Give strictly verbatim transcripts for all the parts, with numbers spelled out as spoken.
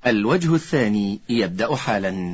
الوجه الثاني يبدأ حالا.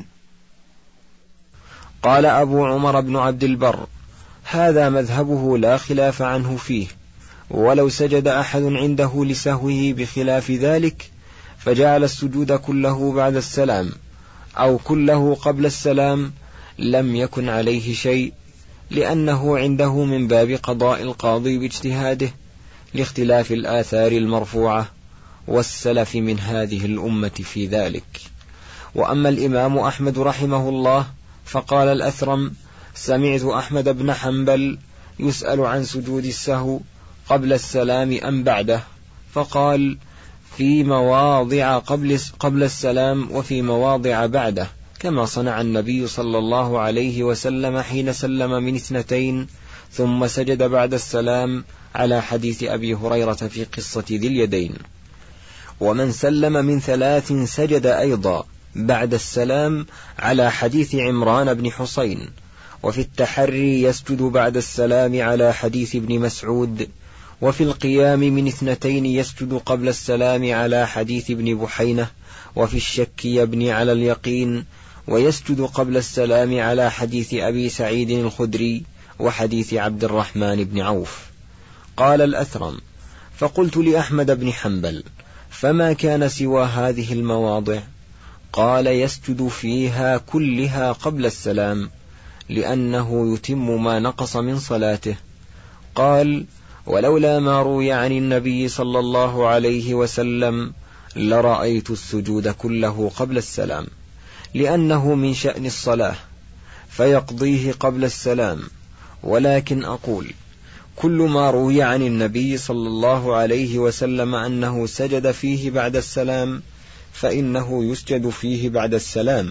قال أبو عمر بن عبد البر: هذا مذهبه لا خلاف عنه فيه، ولو سجد أحد عنده لسهوه بخلاف ذلك فجعل السجود كله بعد السلام أو كله قبل السلام لم يكن عليه شيء، لأنه عنده من باب قضاء القاضي باجتهاده لاختلاف الآثار المرفوعة والسلف من هذه الأمة في ذلك. وأما الإمام أحمد رحمه الله فقال الأثرم: سمعت أحمد بن حنبل يسأل عن سجود السهو قبل السلام أم بعده، فقال: في مواضع قبل, قبل السلام وفي مواضع بعده، كما صنع النبي صلى الله عليه وسلم حين سلم من اثنتين ثم سجد بعد السلام على حديث أبي هريرة في قصة ذي اليدين. ومن سلم من ثلاث سجد أيضا بعد السلام على حديث عمران بن حسين. وفي التحري يسجد بعد السلام على حديث ابن مسعود. وفي القيام من اثنتين يسجد قبل السلام على حديث ابن بحينة. وفي الشك يبني على اليقين ويسجد قبل السلام على حديث أبي سعيد الخدري وحديث عبد الرحمن بن عوف. قال الأثرم: فقلت لأحمد بن حنبل: فما كان سوى هذه المواضع؟ قال: يسجد فيها كلها قبل السلام، لأنه يتم ما نقص من صلاته. قال: ولولا ما روي عن النبي صلى الله عليه وسلم لرأيت السجود كله قبل السلام، لأنه من شأن الصلاة فيقضيه قبل السلام. ولكن أقول: كل ما روي عن النبي صلى الله عليه وسلم أنه سجد فيه بعد السلام فإنه يسجد فيه بعد السلام،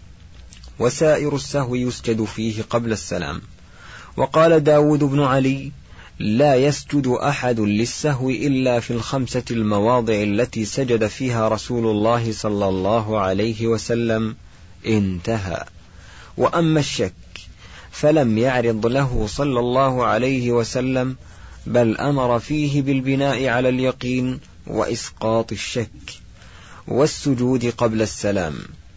وسائر السهو يسجد فيه قبل السلام. وقال داود بن علي: لا يسجد أحد للسهو إلا في الخمسة المواضع التي سجد فيها رسول الله صلى الله عليه وسلم. انتهى. وأما الشك فلم يعرض له صلى الله عليه وسلم، بل أمر فيه بالبناء على اليقين وإسقاط الشك والسجود قبل السلام.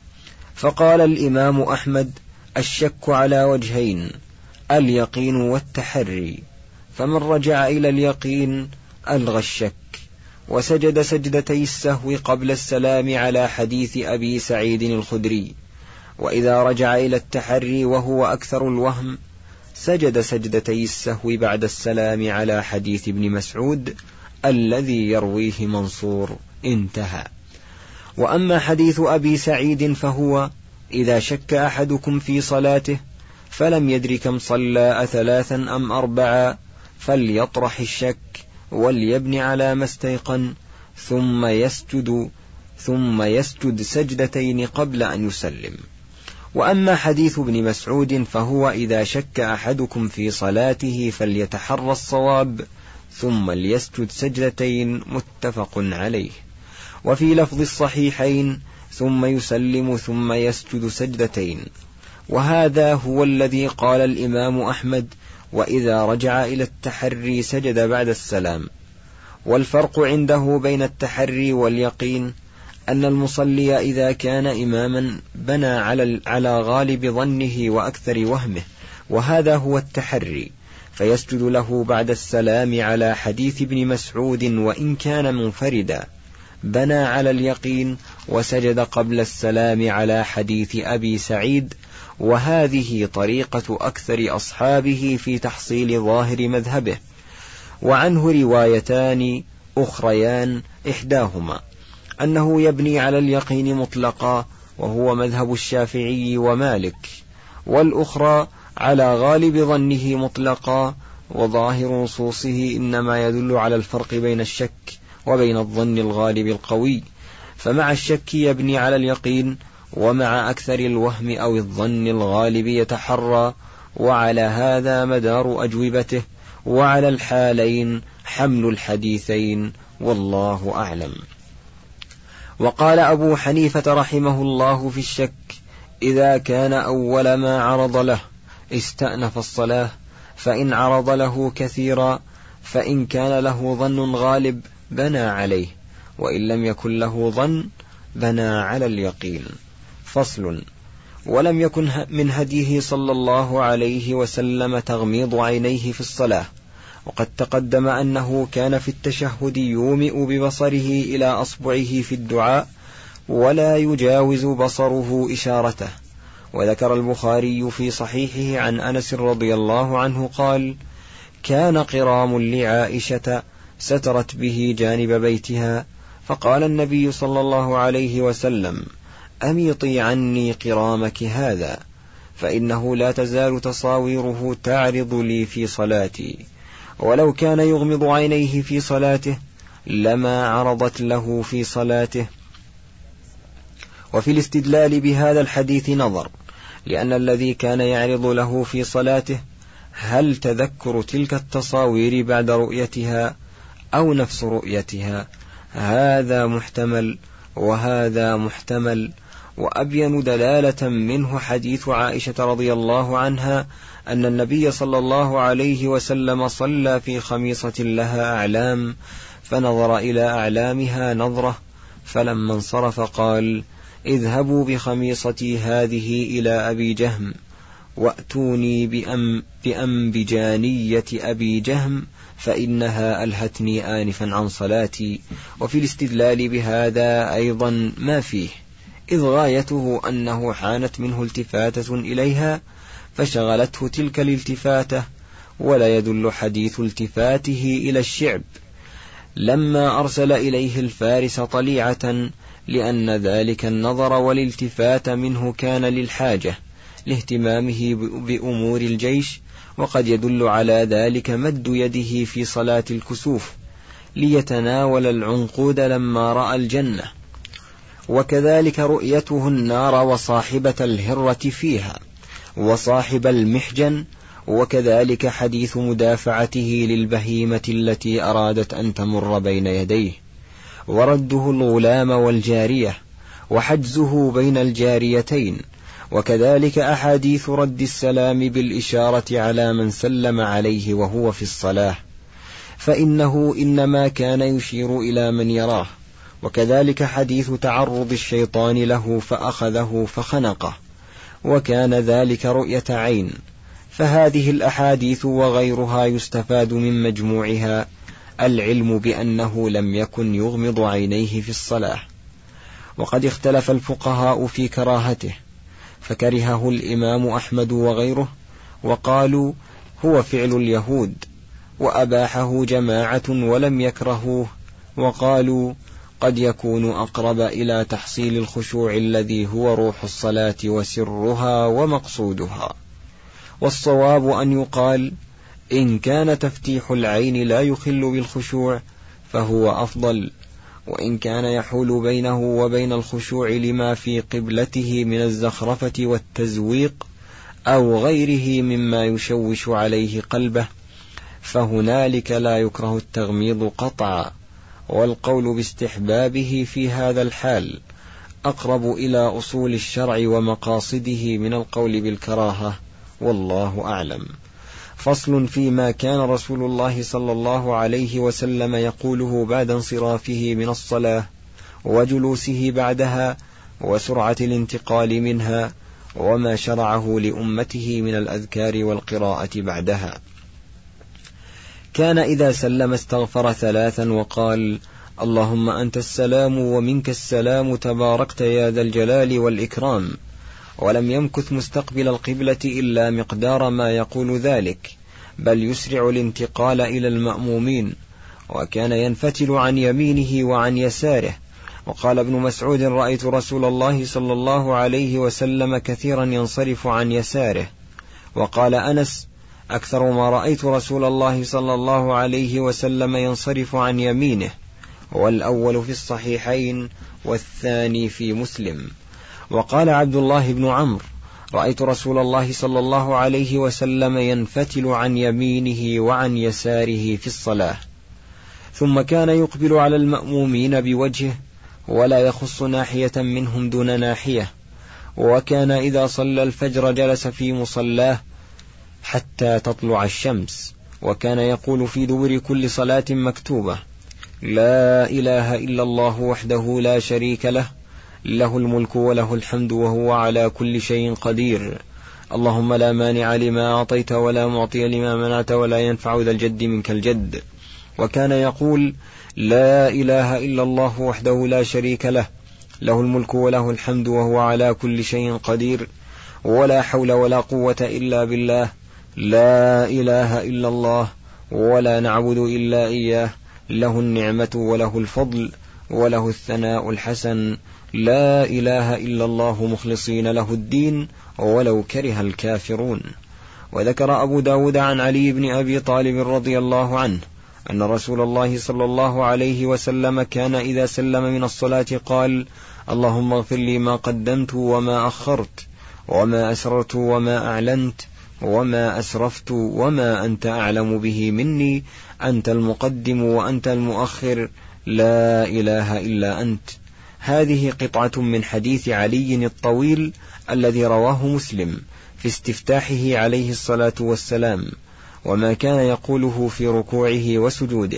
فقال الإمام أحمد: الشك على وجهين، اليقين والتحري، فمن رجع إلى اليقين ألغى الشك وسجد سجدتي السهو قبل السلام على حديث أبي سعيد الخدري. وإذا رجع إلى التحري وهو أكثر الوهم سجد سجدتي السهو بعد السلام على حديث ابن مسعود الذي يرويه منصور. انتهى. وأما حديث أبي سعيد فهو: إذا شك أحدكم في صلاته فلم يدر كم صلى أثلاثا أم أربعا فليطرح الشك وليبني على ما استيقن ثم يسجد ثم يسجد سجدتين قبل أن يسلم. وأما حديث ابن مسعود فهو: إذا شك أحدكم في صلاته فليتحرى الصواب ثم ليسجد سجدتين، متفق عليه. وفي لفظ الصحيحين: ثم يسلم ثم يسجد سجدتين. وهذا هو الذي قال الإمام أحمد: وإذا رجع إلى التحري سجد بعد السلام. والفرق عنده بين التحري واليقين أن المصلي إذا كان إماما بنى على على غالب ظنه وأكثر وهمه، وهذا هو التحري، فيسجد له بعد السلام على حديث ابن مسعود وإن كان منفردا. بنى على اليقين وسجد قبل السلام على حديث أبي سعيد، وهذه طريقة أكثر أصحابه في تحصيل ظاهر مذهبه. وعنه روايتان أخريان، إحداهما أنه يبني على اليقين مطلقا وهو مذهب الشافعي ومالك، والأخرى على غالب ظنه مطلقا، وظاهر نصوصه إنما يدل على الفرق بين الشك وبين الظن الغالب القوي، فمع الشك يبني على اليقين، ومع أكثر الوهم أو الظن الغالب يتحرى. وعلى هذا مدار أجوبته، وعلى الحالين حمل الحديثين، والله أعلم. وقال أبو حنيفة رحمه الله في الشك: إذا كان أول ما عرض له استأنف الصلاة، فإن عرض له كثيرا فإن كان له ظن غالب بنى عليه، وإن لم يكن له ظن بنى على اليقين. فصل. ولم يكن من هديه صلى الله عليه وسلم تغميض عينيه في الصلاة، وقد تقدم أنه كان في التشهد يومئ ببصره إلى أصبعه في الدعاء ولا يجاوز بصره إشارته. وذكر البخاري في صحيحه عن أنس رضي الله عنه قال: كان قرام لعائشة سترت به جانب بيتها، فقال النبي صلى الله عليه وسلم: أميطي عني قرامك هذا، فإنه لا تزال تصاويره تعرض لي في صلاتي، ولو كان يغمض عينيه في صلاته لما عرضت له في صلاته. وفي الاستدلال بهذا الحديث نظر، لأن الذي كان يعرض له في صلاته هل تذكر تلك التصاوير بعد رؤيتها أو نفس رؤيتها؟ هذا محتمل وهذا محتمل. وأبين دلالة منه حديث عائشة رضي الله عنها أن النبي صلى الله عليه وسلم صلى في خميصة لها أعلام، فنظر إلى أعلامها نظرة، فلما انصرف قال: اذهبوا بخميصتي هذه إلى أبي جهم وأتوني بأم بأنبجانية أبي جهم فإنها ألهتني آنفا عن صلاتي. وفي الاستدلال بهذا أيضا ما فيه، إذ غايته أنه حانت منه التفاتة إليها فشغلته تلك الالتفاتة، ولا يدل حديث التفاته إلى الشعب لما أرسل إليه الفارس طليعة، لأن ذلك النظر والالتفات منه كان للحاجة لاهتمامه بأمور الجيش، وقد يدل على ذلك مد يده في صلاة الكسوف ليتناول العنقود لما رأى الجنة، وكذلك رؤيته النار وصاحبة الهرة فيها وصاحب المحجن، وكذلك حديث مدافعته للبهيمة التي أرادت أن تمر بين يديه، ورده الغلام والجارية، وحجزه بين الجاريتين، وكذلك أحاديث رد السلام بالإشارة على من سلم عليه وهو في الصلاة، فإنه إنما كان يشير إلى من يراه، وكذلك حديث تعرض الشيطان له فأخذه فخنقه، وكان ذلك رؤية عين. فهذه الأحاديث وغيرها يستفاد من مجموعها العلم بأنه لم يكن يغمض عينيه في الصلاة. وقد اختلف الفقهاء في كراهته، فكرهه الإمام أحمد وغيره، وقالوا هو فعل اليهود، وأباحه جماعة ولم يكرهوه، وقالوا قد يكون أقرب إلى تحصيل الخشوع الذي هو روح الصلاة وسرها ومقصودها. والصواب أن يقال إن كان تفتيح العين لا يخل بالخشوع فهو أفضل، وإن كان يحول بينه وبين الخشوع لما في قبلته من الزخرفة والتزويق أو غيره مما يشوش عليه قلبه فهنالك لا يكره التغميض قطعا. والقول باستحبابه في هذا الحال أقرب إلى أصول الشرع ومقاصده من القول بالكراهة، والله أعلم. فصل فيما كان رسول الله صلى الله عليه وسلم يقوله بعد انصرافه من الصلاة وجلوسه بعدها وسرعة الانتقال منها، وما شرعه لأمته من الأذكار والقراءة بعدها. كان إذا سلم استغفر ثلاثا وقال: اللهم أنت السلام ومنك السلام تباركت يا ذا الجلال والإكرام، ولم يمكث مستقبل القبلة إلا مقدار ما يقول ذلك، بل يسرع الانتقال إلى المأمومين، وكان ينفتل عن يمينه وعن يساره. وقال ابن مسعود: رأيت رسول الله صلى الله عليه وسلم كثيرا ينصرف عن يساره. وقال أنس: أكثر ما رأيت رسول الله صلى الله عليه وسلم ينصرف عن يمينه، والأول في الصحيحين والثاني في مسلم. وقال عبد الله بن عمرو: رأيت رسول الله صلى الله عليه وسلم ينفتل عن يمينه وعن يساره في الصلاة، ثم كان يقبل على المأمومين بوجهه ولا يخص ناحية منهم دون ناحية. وكان إذا صلى الفجر جلس في مصلاه حتى تطلع الشمس، وكان يقول في دبر كل صلاة مكتوبة: لا إله إلا الله وحده لا شريك له، له الملك وله الحمد وهو على كل شيء قدير. اللهم لا مانع لما أعطيت ولا معطي لما منعت ولا ينفع ذا الجد منك الجد. وكان يقول: لا إله إلا الله وحده لا شريك له، له الملك وله الحمد وهو على كل شيء قدير، ولا حول ولا قوة إلا بالله، لا إله إلا الله ولا نعبد إلا إياه، له النعمة وله الفضل وله الثناء الحسن، لا إله إلا الله مخلصين له الدين ولو كره الكافرون. وذكر أبو داود عن علي بن أبي طالب رضي الله عنه أن رسول الله صلى الله عليه وسلم كان إذا سلم من الصلاة قال: اللهم اغفر لي ما قدمت وما أخرت وما أسررت وما أعلنت وما أسرفت وما أنت أعلم به مني، أنت المقدم وأنت المؤخر، لا إله إلا أنت. هذه قطعة من حديث علي الطويل الذي رواه مسلم في استفتاحه عليه الصلاة والسلام، وما كان يقوله في ركوعه وسجوده.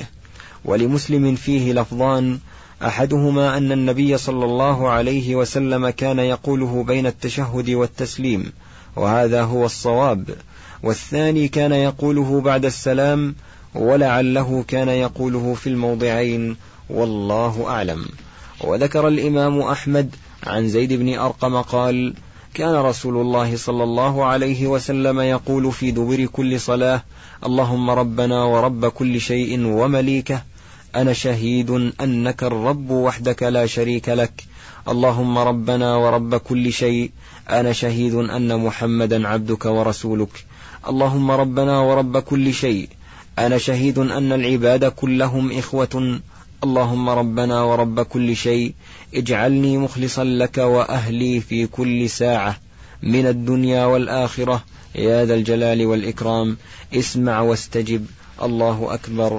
ولمسلم فيه لفظان: أحدهما أن النبي صلى الله عليه وسلم كان يقوله بين التشهد والتسليم، وهذا هو الصواب، والثاني كان يقوله بعد السلام، ولعله كان يقوله في الموضعين، والله أعلم. وذكر الإمام أحمد عن زيد بن أرقم قال: كان رسول الله صلى الله عليه وسلم يقول في دبر كل صلاة: اللهم ربنا ورب كل شيء ومليكه، أنا شهيد أنك الرب وحدك لا شريك لك. اللهم ربنا ورب كل شيء، أنا شهيد أن محمدا عبدك ورسولك. اللهم ربنا ورب كل شيء، أنا شهيد أن العباد كلهم إخوة. اللهم ربنا ورب كل شيء، اجعلني مخلصا لك وأهلي في كل ساعة من الدنيا والآخرة يا ذا الجلال والإكرام. اسمع واستجب. الله أكبر،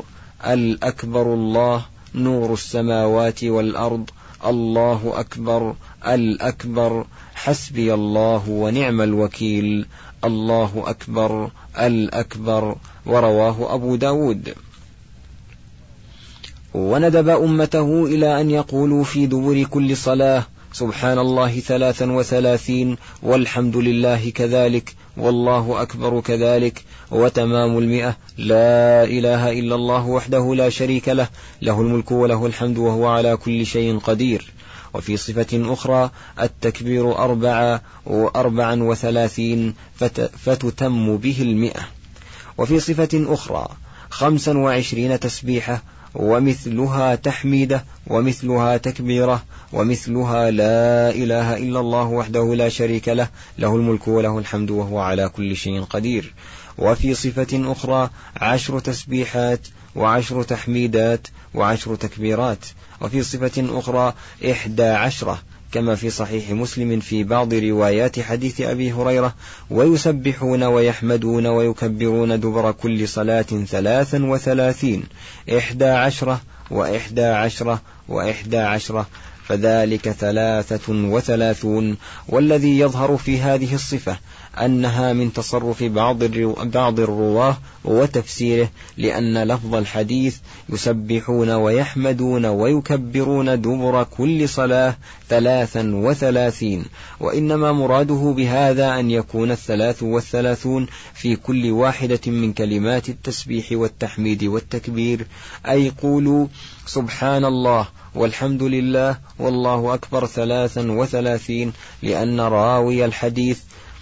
الأكبر الله، نور السماوات والأرض، الله أكبر، الأكبر، حسبي الله ونعم الوكيل، الله أكبر، الأكبر. ورواه أبو داود. وندب أمته إلى أن يقولوا في دبر كل صلاة: سبحان الله ثلاثا وثلاثين، والحمد لله كذلك، والله أكبر كذلك، وتمام المئة، لا إله إلا الله وحده لا شريك له، له الملك وله الحمد وهو على كل شيء قدير. وفي صفة أخرى: التكبير أربعة وأربعا وثلاثين فتتم به المئة. وفي صفة أخرى: خمسا وعشرين تسبيحة، ومثلها تحميدة، ومثلها تكبيرة، ومثلها لا إله إلا الله وحده لا شريك له، له الملك وله الحمد وهو على كل شيء قدير. وفي صفة أخرى: عشر تسبيحات، وعشر تحميدات، وعشر تكبيرات. وفي صفة أخرى: إحدى عشرة، كما في صحيح مسلم في بعض روايات حديث أبي هريرة: ويسبحون ويحمدون ويكبرون دبر كل صلاة ثلاثا وثلاثين، إحدى عشرة وإحدى عشرة وإحدى عشرة، فذلك ثلاثة وثلاثون. والذي يظهر في هذه الصفة أنها من تصرف بعض بعض الرواه وتفسيره، لأن لفظ الحديث يسبحون ويحمدون ويكبرون دبر كل صلاة ثلاثا وثلاثين، وإنما مراده بهذا أن يكون الثلاث والثلاثون في كل واحدة من كلمات التسبيح والتحميد والتكبير، أي قولوا سبحان الله والحمد لله والله أكبر ثلاثا وثلاثين، لأن راوي الحديث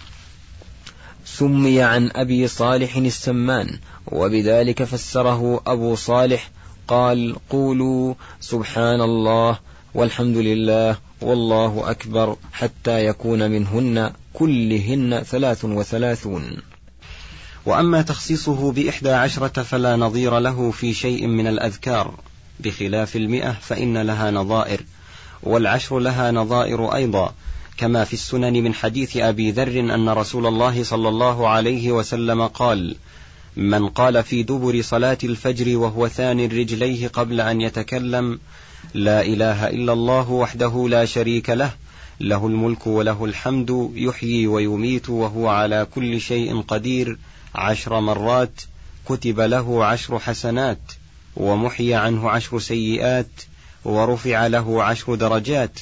سمي عن أبي صالح السمان، وبذلك فسره أبو صالح، قال: قولوا سبحان الله والحمد لله والله أكبر حتى يكون منهن كلهن ثلاث وثلاثون. وأما تخصيصه بإحدى عشرة فلا نظير له في شيء من الأذكار، بخلاف المئة فإن لها نظائر، والعشر لها نظائر أيضا، كما في السنن من حديث أبي ذر أن رسول الله صلى الله عليه وسلم قال: من قال في دبر صلاة الفجر وهو ثاني رجليه قبل أن يتكلم: لا إله إلا الله وحده لا شريك له، له الملك وله الحمد يحيي ويميت وهو على كل شيء قدير، عشر مرات، كتب له عشر حسنات، ومحي عنه عشر سيئات، ورفع له عشر درجات،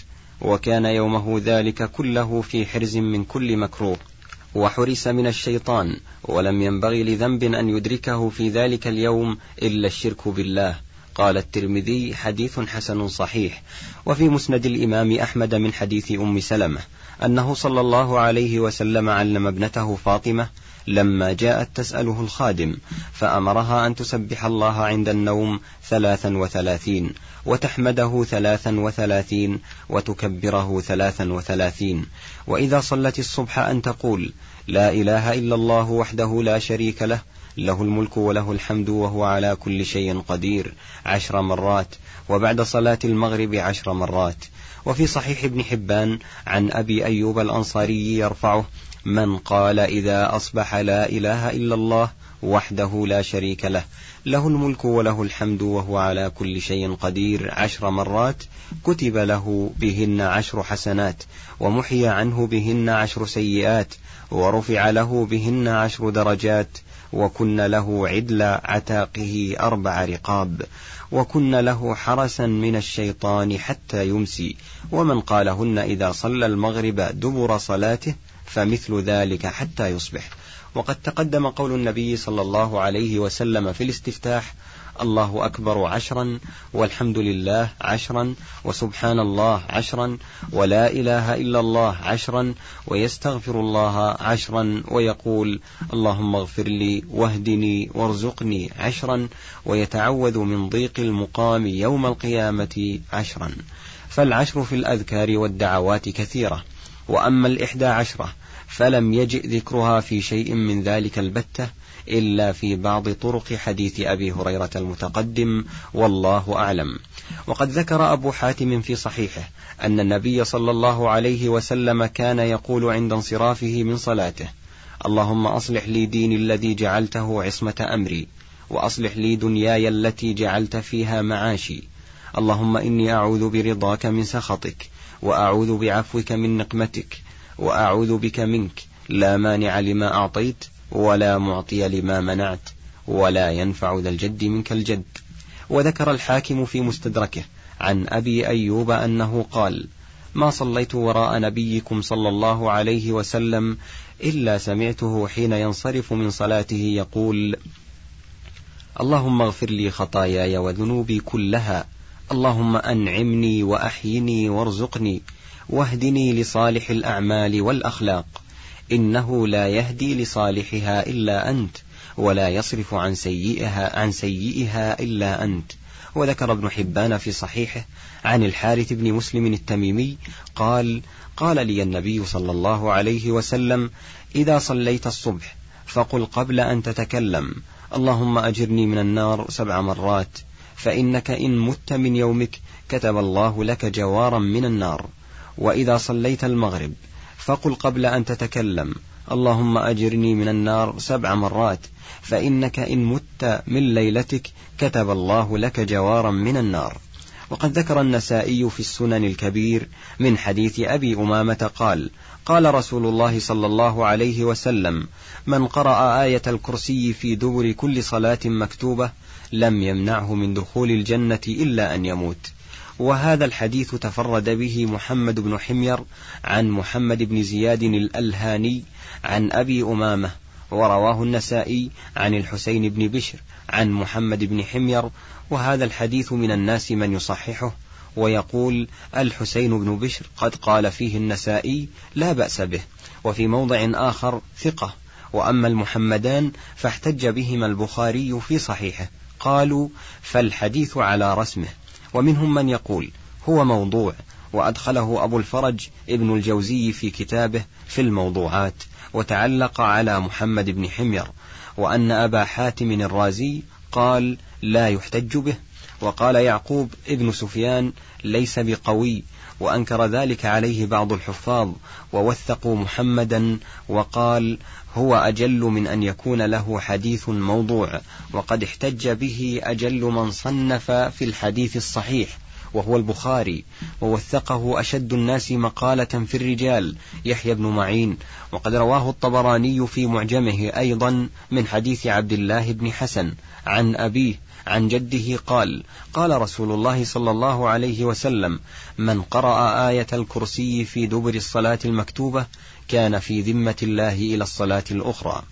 وكان يومه ذلك كله في حرز من كل مكروه، وحرس من الشيطان، ولم ينبغي لذنب أن يدركه في ذلك اليوم إلا الشرك بالله. قال الترمذي: حديث حسن صحيح. وفي مسند الإمام أحمد من حديث أم سلمة أنه صلى الله عليه وسلم علم ابنته فاطمة لما جاءت تسأله الخادم، فأمرها أن تسبح الله عند النوم ثلاثا وثلاثين، وتحمده ثلاثا وثلاثين، وتكبره ثلاثا وثلاثين، وإذا صلت الصبح أن تقول: لا إله إلا الله وحده لا شريك له، له الملك وله الحمد وهو على كل شيء قدير، عشر مرات، وبعد صلاة المغرب عشر مرات. وفي صحيح ابن حبان عن أبي أيوب الأنصاري يرفعه: من قال إذا أصبح لا إله إلا الله وحده لا شريك له، له الملك وله الحمد وهو على كل شيء قدير، عشر مرات، كتب له بهن عشر حسنات، ومحي عنه بهن عشر سيئات، ورفع له بهن عشر درجات، وكن له عدل عتاقه أربع رقاب، وكن له حرسا من الشيطان حتى يمسي. ومن قالهن إذا صلى المغرب دبر صلاته فمثل ذلك حتى يصبح. وقد تقدم قول النبي صلى الله عليه وسلم في الاستفتاح: الله أكبر عشرا، والحمد لله عشرا، وسبحان الله عشرا، ولا إله إلا الله عشرا، ويستغفر الله عشرا، ويقول: اللهم اغفر لي واهدني وارزقني عشرا، ويتعوذ من ضيق المقام يوم القيامة عشرا. فالعشر في الأذكار والدعوات كثيرة، وأما الإحدى عشرة فلم يجئ ذكرها في شيء من ذلك البتة إلا في بعض طرق حديث أبي هريرة المتقدم، والله أعلم. وقد ذكر أبو حاتم في صحيحه أن النبي صلى الله عليه وسلم كان يقول عند انصرافه من صلاته: اللهم أصلح لي ديني الذي جعلته عصمة أمري، وأصلح لي دنياي التي جعلت فيها معاشي، اللهم إني أعوذ برضاك من سخطك، وأعوذ بعفوك من نقمتك، وأعوذ بك منك، لا مانع لما أعطيت ولا معطي لما منعت ولا ينفع ذا الجد منك الجد. وذكر الحاكم في مستدركه عن أبي أيوب أنه قال: ما صليت وراء نبيكم صلى الله عليه وسلم إلا سمعته حين ينصرف من صلاته يقول: اللهم اغفر لي خطاياي وذنوبي كلها، اللهم أنعمني وأحيني وارزقني، واهدني لصالح الأعمال والأخلاق، إنه لا يهدي لصالحها إلا أنت، ولا يصرف عن سيئها عن سيئها إلا أنت. وذكر ابن حبان في صحيحه عن الحارث بن مسلم التميمي قال: قال لي النبي صلى الله عليه وسلم: إذا صليت الصبح فقل قبل أن تتكلم: اللهم أجرني من النار سبع مرات، فإنك إن مت من يومك كتب الله لك جوارا من النار. وإذا صليت المغرب فقل قبل أن تتكلم: اللهم أجرني من النار سبع مرات، فإنك إن مت من ليلتك كتب الله لك جوارا من النار. وقد ذكر النسائي في السنن الكبير من حديث أبي أمامة قال: قال رسول الله صلى الله عليه وسلم: من قرأ آية الكرسي في دبر كل صلاة مكتوبة لم يمنعه من دخول الجنة إلا أن يموت. وهذا الحديث تفرد به محمد بن حمير عن محمد بن زياد الألهاني عن أبي أمامة، ورواه النسائي عن الحسين بن بشر عن محمد بن حمير. وهذا الحديث من الناس من يصححه ويقول: الحسين بن بشر قد قال فيه النسائي لا بأس به، وفي موضع آخر ثقة. وأما المحمدان فاحتج بهما البخاري في صحيحه، قالوا: فالحديث على رسمه. ومنهم من يقول هو موضوع، وأدخله أبو الفرج ابن الجوزي في كتابه في الموضوعات، وتعلق على محمد بن حمير. وأن أبا حاتم الرازي قال: لا يحتج به. وقال يعقوب ابن سفيان: ليس بقوي، وأنكر ذلك عليه بعض الحفاظ، ووثقوا محمدا وقال: هو أجل من أن يكون له حديث موضوع، وقد احتج به أجل من صنف في الحديث الصحيح، وهو البخاري، ووثقه أشد الناس مقالة في الرجال يحيى بن معين. وقد رواه الطبراني في معجمه أيضا من حديث عبد الله بن حسن عن أبيه عن جده قال: قال رسول الله صلى الله عليه وسلم: من قرأ آية الكرسي في دبر الصلاة المكتوبة كان في ذمة الله إلى الصلاة الأخرى.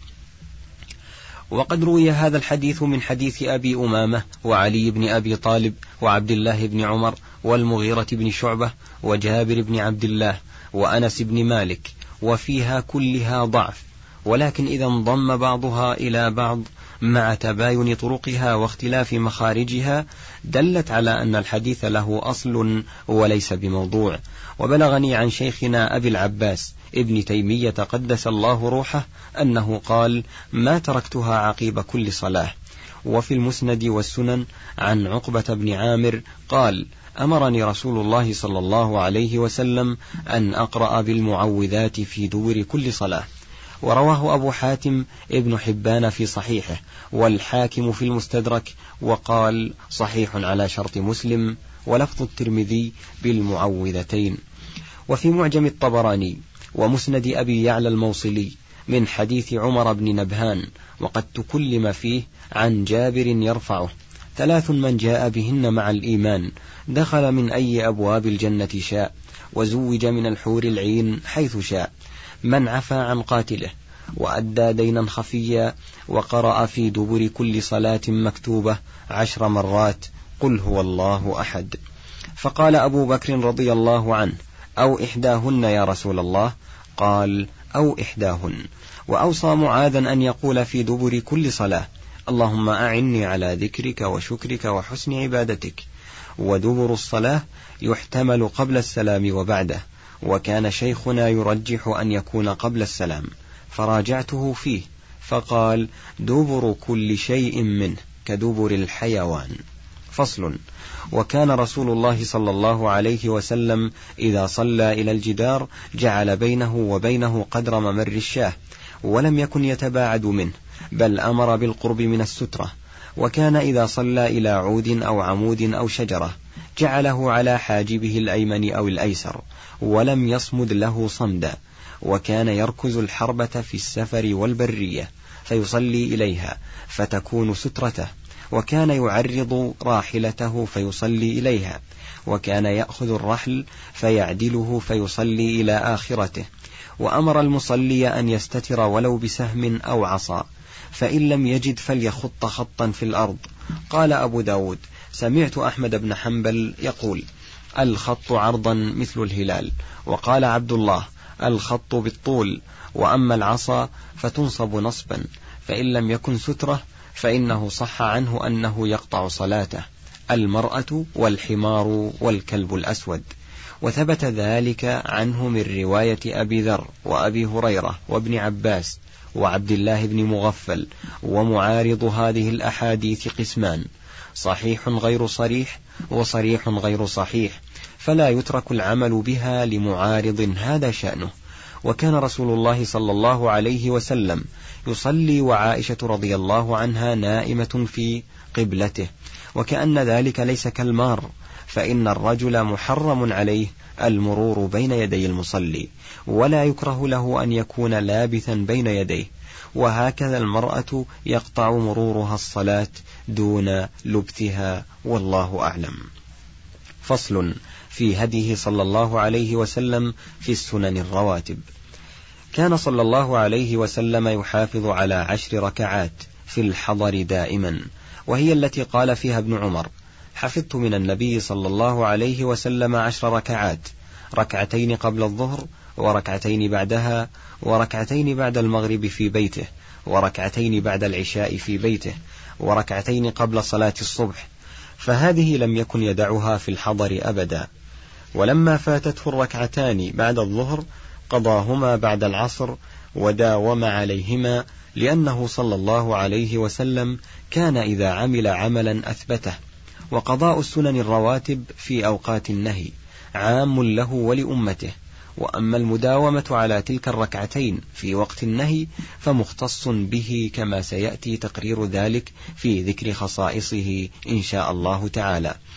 وقد روي هذا الحديث من حديث أبي أمامة وعلي بن أبي طالب وعبد الله بن عمر والمغيرة بن شعبة وجابر بن عبد الله وأنس بن مالك، وفيها كلها ضعف، ولكن إذا انضم بعضها إلى بعض مع تباين طرقها واختلاف مخارجها دلت على أن الحديث له أصل وليس بموضوع. وبلغني عن شيخنا أبي العباس ابن تيمية قدس الله روحه أنه قال: ما تركتها عقيب كل صلاة. وفي المسند والسنن عن عقبة بن عامر قال: أمرني رسول الله صلى الله عليه وسلم أن أقرأ بالمعوذات في دور كل صلاة. ورواه أبو حاتم ابن حبان في صحيحه، والحاكم في المستدرك، وقال: صحيح على شرط مسلم، ولفظ الترمذي بالمعوذتين. وفي معجم الطبراني ومسند أبي يعلى الموصلي من حديث عمر بن نبهان، وقد تكلم فيه عن جابر يرفعه: ثلاث من جاء بهن مع الإيمان دخل من أي أبواب الجنة شاء، وزوج من الحور العين حيث شاء: من عفى عن قاتله، وأدى دينا خفيا، وقرأ في دبر كل صلاة مكتوبة عشر مرات قل هو الله أحد. فقال أبو بكر رضي الله عنه: أو إحداهن يا رسول الله؟ قال: أو إحداهن. وأوصى معاذا أن يقول في دبر كل صلاة: اللهم أعني على ذكرك وشكرك وحسن عبادتك. ودبر الصلاة يحتمل قبل السلام وبعده، وكان شيخنا يرجح أن يكون قبل السلام، فراجعته فيه فقال: دبر كل شيء منه كدبر الحيوان. فصل. وكان رسول الله صلى الله عليه وسلم إذا صلى إلى الجدار جعل بينه وبينه قدر ممر الشاه، ولم يكن يتباعد منه، بل أمر بالقرب من السترة. وكان إذا صلى إلى عود أو عمود أو شجرة جعله على حاجبه الأيمن أو الأيسر، ولم يصمد له صمدا. وكان يركز الحربة في السفر والبرية فيصلي إليها فتكون سترته، وكان يعرض راحلته فيصلي إليها، وكان يأخذ الرحل فيعدله فيصلي إلى آخرته. وأمر المصلي أن يستتر ولو بسهم أو عصا، فإن لم يجد فليخط خطا في الأرض. قال أبو داود: سمعت أحمد بن حنبل يقول: الخط عرضا مثل الهلال. وقال عبد الله: الخط بالطول، وأما العصا فتنصب نصبا، فإن لم يكن سترة فإنه صح عنه أنه يقطع صلاته. المرأة والحمار والكلب الأسود. وثبت ذلك عنه من رواية أبي ذر وأبي هريرة وابن عباس وعبد الله بن مغفل. ومعارض هذه الأحاديث قسمان: صحيح غير صريح، وصريح غير صحيح، فلا يترك العمل بها لمعارض هذا شأنه. وكان رسول الله صلى الله عليه وسلم يصلي وعائشة رضي الله عنها نائمة في قبلته، وكأن ذلك ليس كالمار، فإن الرجل محرم عليه المرور بين يدي المصلي، ولا يكره له أن يكون لابثا بين يديه، وهكذا المرأة يقطع مرورها الصلاة دون لبثها، والله أعلم. فصل في هديه صلى الله عليه وسلم في السنن الرواتب. كان صلى الله عليه وسلم يحافظ على عشر ركعات في الحضر دائما، وهي التي قال فيها ابن عمر: حفظت من النبي صلى الله عليه وسلم عشر ركعات، ركعتين قبل الظهر، وركعتين بعدها، وركعتين بعد المغرب في بيته، وركعتين بعد العشاء في بيته، وركعتين قبل صلاة الصبح. فهذه لم يكن يدعها في الحضر أبدا. ولما فاتته الركعتان بعد الظهر قضاهما بعد العصر وداوم عليهما، لأنه صلى الله عليه وسلم كان إذا عمل عملا أثبته. وقضاء السنن الرواتب في أوقات النهي عام له ولأمته، وأما المداومة على تلك الركعتين في وقت النهي فمختص به، كما سيأتي تقرير ذلك في ذكر خصائصه إن شاء الله تعالى.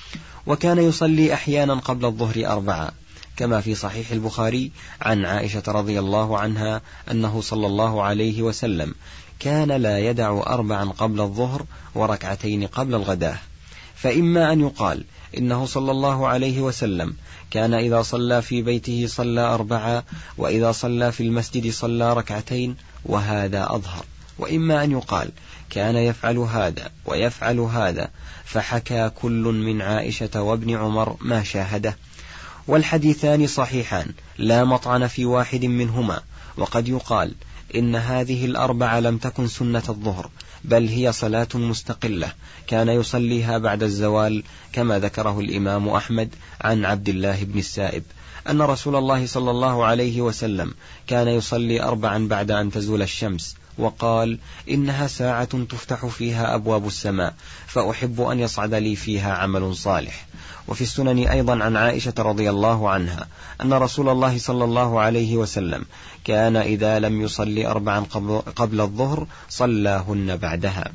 وكان يصلي أحيانا قبل الظهر أربعة، كما في صحيح البخاري عن عائشة رضي الله عنها أنه صلى الله عليه وسلم كان لا يدع أربعا قبل الظهر وركعتين قبل الغداة. فإما أن يقال إنه صلى الله عليه وسلم كان إذا صلى في بيته صلى أربعة، وإذا صلى في المسجد صلى ركعتين، وهذا أظهر. وإما أن يقال كان يفعل هذا ويفعل هذا، فحكى كل من عائشة وابن عمر ما شاهده، والحديثان صحيحان لا مطعن في واحد منهما. وقد يقال إن هذه الأربع لم تكن سنة الظهر، بل هي صلاة مستقلة كان يصليها بعد الزوال، كما ذكره الإمام أحمد عن عبد الله بن السائب أن رسول الله صلى الله عليه وسلم كان يصلي أربعا بعد أن تزول الشمس، وقال إنها ساعة تفتح فيها أبواب السماء، فأحب أن يصعد لي فيها عمل صالح. وفي السنن أيضا عن عائشة رضي الله عنها أن رسول الله صلى الله عليه وسلم كان إذا لم يصلي أربعا قبل الظهر صلاهن بعدها.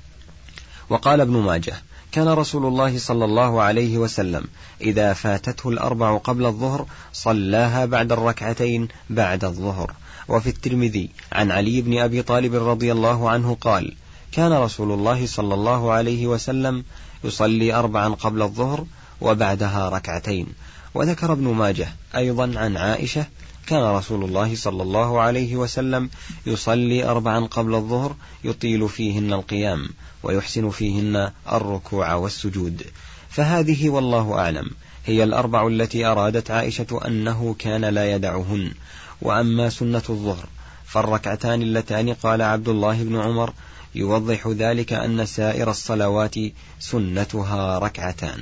وقال ابن ماجه كان رسول الله صلى الله عليه وسلم إذا فاتته الأربع قبل الظهر صلاها بعد الركعتين بعد الظهر. وفي الترمذي عن علي بن أبي طالب رضي الله عنه قال كان رسول الله صلى الله عليه وسلم يصلي أربعا قبل الظهر وبعدها ركعتين. وذكر ابن ماجه أيضا عن عائشة كان رسول الله صلى الله عليه وسلم يصلي أربعا قبل الظهر يطيل فيهن القيام ويحسن فيهن الركوع والسجود. فهذه والله أعلم هي الأربع التي أرادت عائشة أنه كان لا يدعهن. وأما سنة الظهر فالركعتان اللتان قال عبد الله بن عمر يوضح ذلك أن سائر الصلوات سنتها ركعتان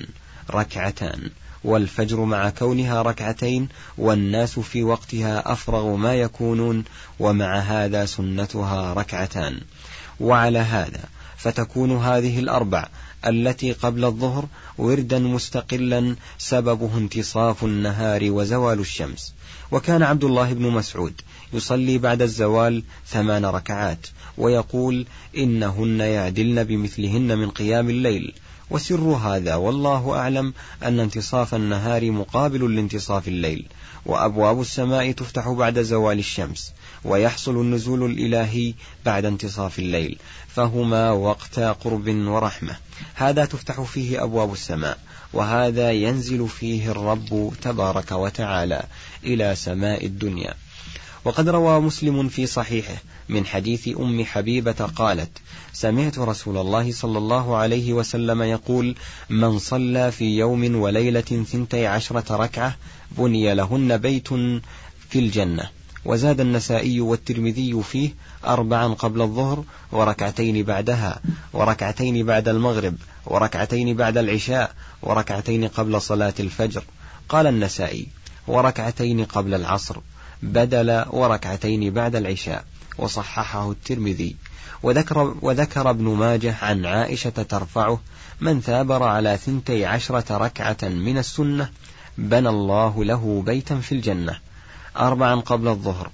ركعتان والفجر مع كونها ركعتين والناس في وقتها أفرغ ما يكونون، ومع هذا سنتها ركعتان. وعلى هذا فتكون هذه الأربع التي قبل الظهر وردا مستقلا سببه انتصاف النهار وزوال الشمس. وكان عبد الله بن مسعود يصلي بعد الزوال ثمان ركعات ويقول إنهن يعدلن بمثلهن من قيام الليل. وسر هذا والله أعلم أن انتصاف النهار مقابل لانتصاف الليل، وأبواب السماء تفتح بعد زوال الشمس، ويحصل النزول الإلهي بعد انتصاف الليل، فهما وقت قرب ورحمة. هذا تفتح فيه أبواب السماء، وهذا ينزل فيه الرب تبارك وتعالى إلى سماء الدنيا. وقد روى مسلم في صحيحه من حديث أم حبيبة قالت سمعت رسول الله صلى الله عليه وسلم يقول من صلى في يوم وليلة ثنتي عشرة ركعة بني لهن بيت في الجنة. وزاد النسائي والترمذي فيه أربعا قبل الظهر وركعتين بعدها وركعتين بعد المغرب وركعتين بعد العشاء وركعتين قبل صلاة الفجر. قال النسائي وركعتين قبل العصر بدل وركعتين بعد العشاء، وصححه الترمذي. وذكر, وذكر ابن ماجه عن عائشة ترفعه من ثابر على ثنتي عشرة ركعة من السنة بنى الله له بيتا في الجنة، أربعا قبل الظهر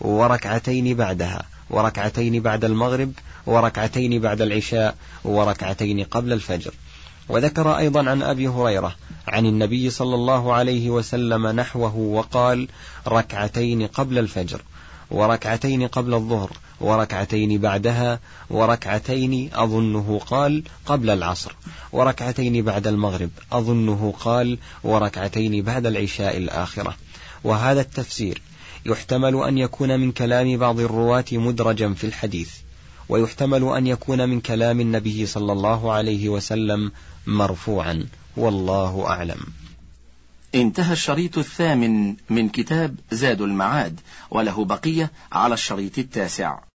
وركعتين بعدها وركعتين بعد المغرب وركعتين بعد العشاء وركعتين قبل الفجر. وذكر أيضا عن أبي هريرة عن النبي صلى الله عليه وسلم نحوه وقال ركعتين قبل الفجر وركعتين قبل الظهر وركعتين بعدها وركعتين أظنه قال قبل العصر وركعتين بعد المغرب أظنه قال وركعتين بعد العشاء الآخرة. وهذا التفسير يحتمل أن يكون من كلام بعض الرواة مدرجا في الحديث، ويحتمل أن يكون من كلام النبي صلى الله عليه وسلم مرفوعا، والله أعلم. انتهى الشريط الثامن من كتاب زاد المعاد، وله بقية على الشريط التاسع.